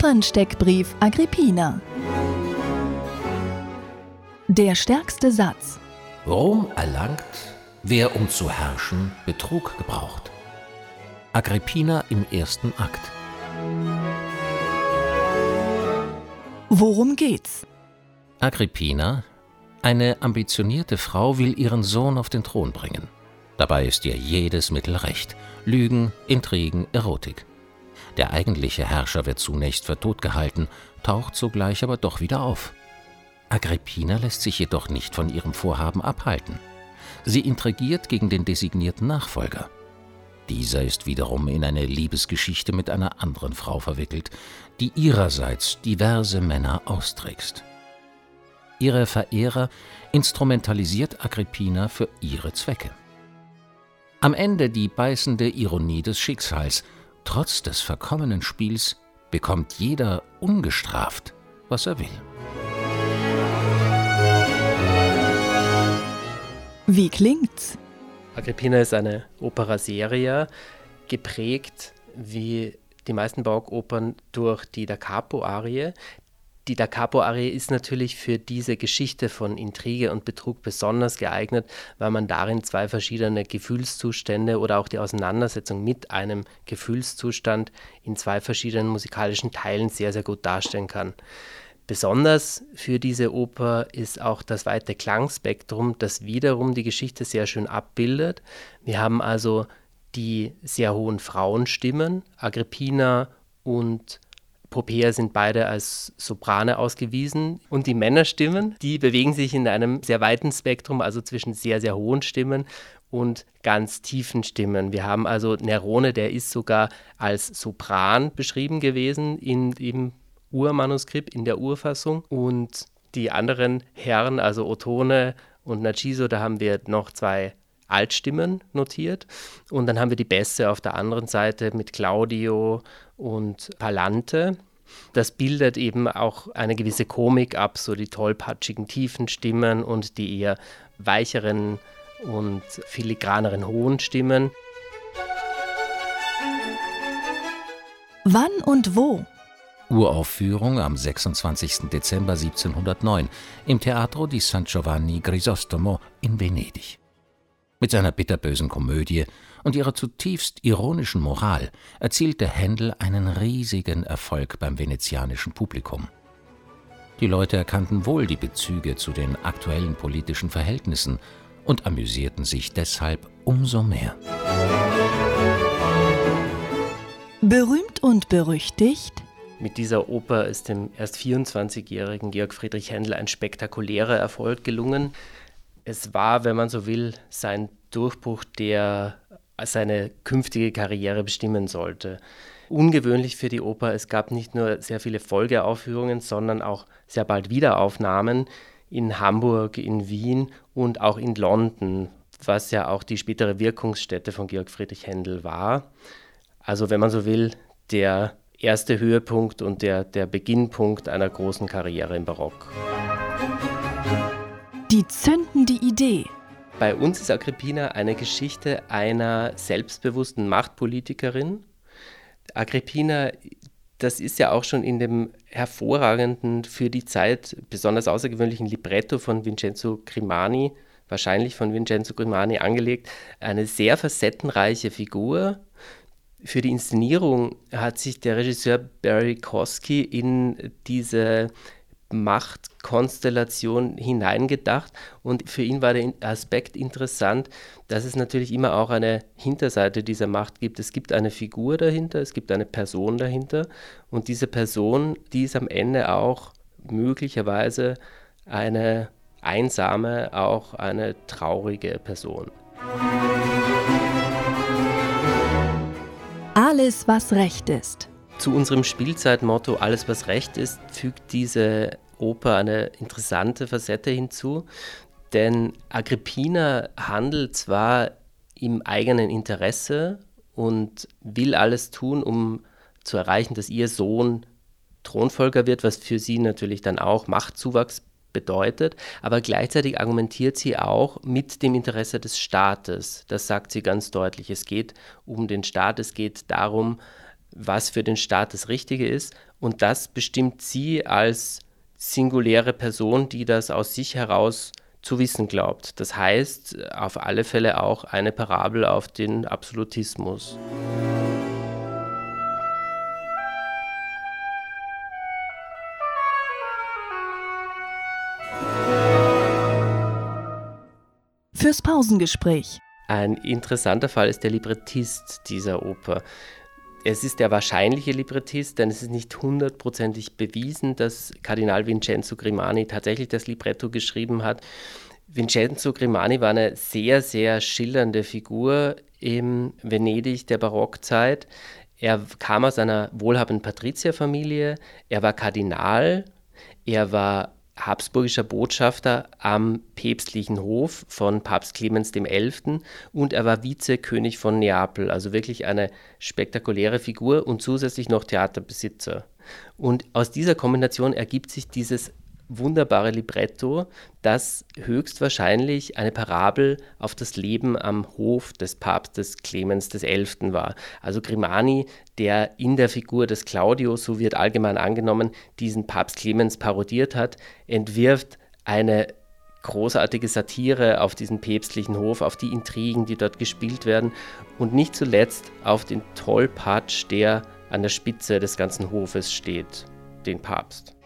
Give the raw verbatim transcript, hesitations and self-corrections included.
Opernsteckbrief Agrippina. Der stärkste Satz. Ruhm erlangt, wer um zu herrschen Betrug gebraucht. Agrippina im ersten Akt. Worum geht's? Agrippina, eine ambitionierte Frau, will ihren Sohn auf den Thron bringen. Dabei ist ihr jedes Mittel recht. Lügen, Intrigen, Erotik. Der eigentliche Herrscher wird zunächst für tot gehalten, taucht sogleich aber doch wieder auf. Agrippina lässt sich jedoch nicht von ihrem Vorhaben abhalten. Sie intrigiert gegen den designierten Nachfolger. Dieser ist wiederum in eine Liebesgeschichte mit einer anderen Frau verwickelt, die ihrerseits diverse Männer austrickst. Ihre Verehrer instrumentalisiert Agrippina für ihre Zwecke. Am Ende die beißende Ironie des Schicksals. Trotz des verkommenen Spiels bekommt jeder ungestraft, was er will. Wie klingt's? Agrippina ist eine Opera seria, geprägt wie die meisten Barockopern durch die Da Capo-Arie. Die Da Capo-Arie ist natürlich für diese Geschichte von Intrige und Betrug besonders geeignet, weil man darin zwei verschiedene Gefühlszustände oder auch die Auseinandersetzung mit einem Gefühlszustand in zwei verschiedenen musikalischen Teilen sehr, sehr gut darstellen kann. Besonders für diese Oper ist auch das weite Klangspektrum, das wiederum die Geschichte sehr schön abbildet. Wir haben also die sehr hohen Frauenstimmen. Agrippina und Poppaea sind beide als Soprane ausgewiesen. Und die Männerstimmen, die bewegen sich in einem sehr weiten Spektrum, also zwischen sehr, sehr hohen Stimmen und ganz tiefen Stimmen. Wir haben also Nerone, der ist sogar als Sopran beschrieben gewesen in im Urmanuskript, in der Urfassung. Und die anderen Herren, also Ottone und Narciso, da haben wir noch zwei Altstimmen notiert. Und dann haben wir die Bässe auf der anderen Seite mit Claudio und Palante. Das bildet eben auch eine gewisse Komik ab, so die tollpatschigen tiefen Stimmen und die eher weicheren und filigraneren hohen Stimmen. Wann und wo? Uraufführung am sechsundzwanzigsten Dezember siebzehnhundertneun im Teatro di San Giovanni Grisostomo in Venedig. Mit seiner bitterbösen Komödie und ihrer zutiefst ironischen Moral erzielte Händel einen riesigen Erfolg beim venezianischen Publikum. Die Leute erkannten wohl die Bezüge zu den aktuellen politischen Verhältnissen und amüsierten sich deshalb umso mehr. Berühmt und berüchtigt? Mit dieser Oper ist dem erst vierundzwanzigjährigen Georg Friedrich Händel ein spektakulärer Erfolg gelungen. Es war, wenn man so will, sein Durchbruch, der seine künftige Karriere bestimmen sollte. Ungewöhnlich für die Oper, es gab nicht nur sehr viele Folgeaufführungen, sondern auch sehr bald Wiederaufnahmen in Hamburg, in Wien und auch in London, was ja auch die spätere Wirkungsstätte von Georg Friedrich Händel war. Also wenn man so will, der erste Höhepunkt und der, der Beginnpunkt einer großen Karriere im Barock. Die zündende Idee. Bei uns ist Agrippina eine Geschichte einer selbstbewussten Machtpolitikerin. Agrippina, das ist ja auch schon in dem hervorragenden, für die Zeit besonders außergewöhnlichen Libretto von Vincenzo Grimani, wahrscheinlich von Vincenzo Grimani angelegt, eine sehr facettenreiche Figur. Für die Inszenierung hat sich der Regisseur Barry Kosky in diese Machtkonstellation hineingedacht und für ihn war der Aspekt interessant, dass es natürlich immer auch eine Hinterseite dieser Macht gibt. Es gibt eine Figur dahinter, es gibt eine Person dahinter und diese Person, die ist am Ende auch möglicherweise eine einsame, auch eine traurige Person. Alles, was recht ist. Zu unserem Spielzeitmotto Alles, was recht ist, fügt diese Oper eine interessante Facette hinzu, denn Agrippina handelt zwar im eigenen Interesse und will alles tun, um zu erreichen, dass ihr Sohn Thronfolger wird, was für sie natürlich dann auch Machtzuwachs bedeutet, aber gleichzeitig argumentiert sie auch mit dem Interesse des Staates. Das sagt sie ganz deutlich. Es geht um den Staat, es geht darum, was für den Staat das Richtige ist. Und das bestimmt sie als singuläre Person, die das aus sich heraus zu wissen glaubt. Das heißt, auf alle Fälle auch eine Parabel auf den Absolutismus. Fürs Pausengespräch. Ein interessanter Fall ist der Librettist dieser Oper. Es ist der wahrscheinliche Librettist, denn es ist nicht hundertprozentig bewiesen, dass Kardinal Vincenzo Grimani tatsächlich das Libretto geschrieben hat. Vincenzo Grimani war eine sehr, sehr schillernde Figur im Venedig der Barockzeit. Er kam aus einer wohlhabenden Patrizierfamilie, er war Kardinal, er war habsburgischer Botschafter am päpstlichen Hof von Papst Clemens der Elfte. Und er war Vizekönig von Neapel, also wirklich eine spektakuläre Figur und zusätzlich noch Theaterbesitzer. Und aus dieser Kombination ergibt sich dieses wunderbare Libretto, das höchstwahrscheinlich eine Parabel auf das Leben am Hof des Papstes Clemens der Elfte war. Also Grimani, der in der Figur des Claudio, so wird allgemein angenommen, diesen Papst Clemens parodiert hat, entwirft eine großartige Satire auf diesen päpstlichen Hof, auf die Intrigen, die dort gespielt werden und nicht zuletzt auf den Tollpatsch, der an der Spitze des ganzen Hofes steht, den Papst.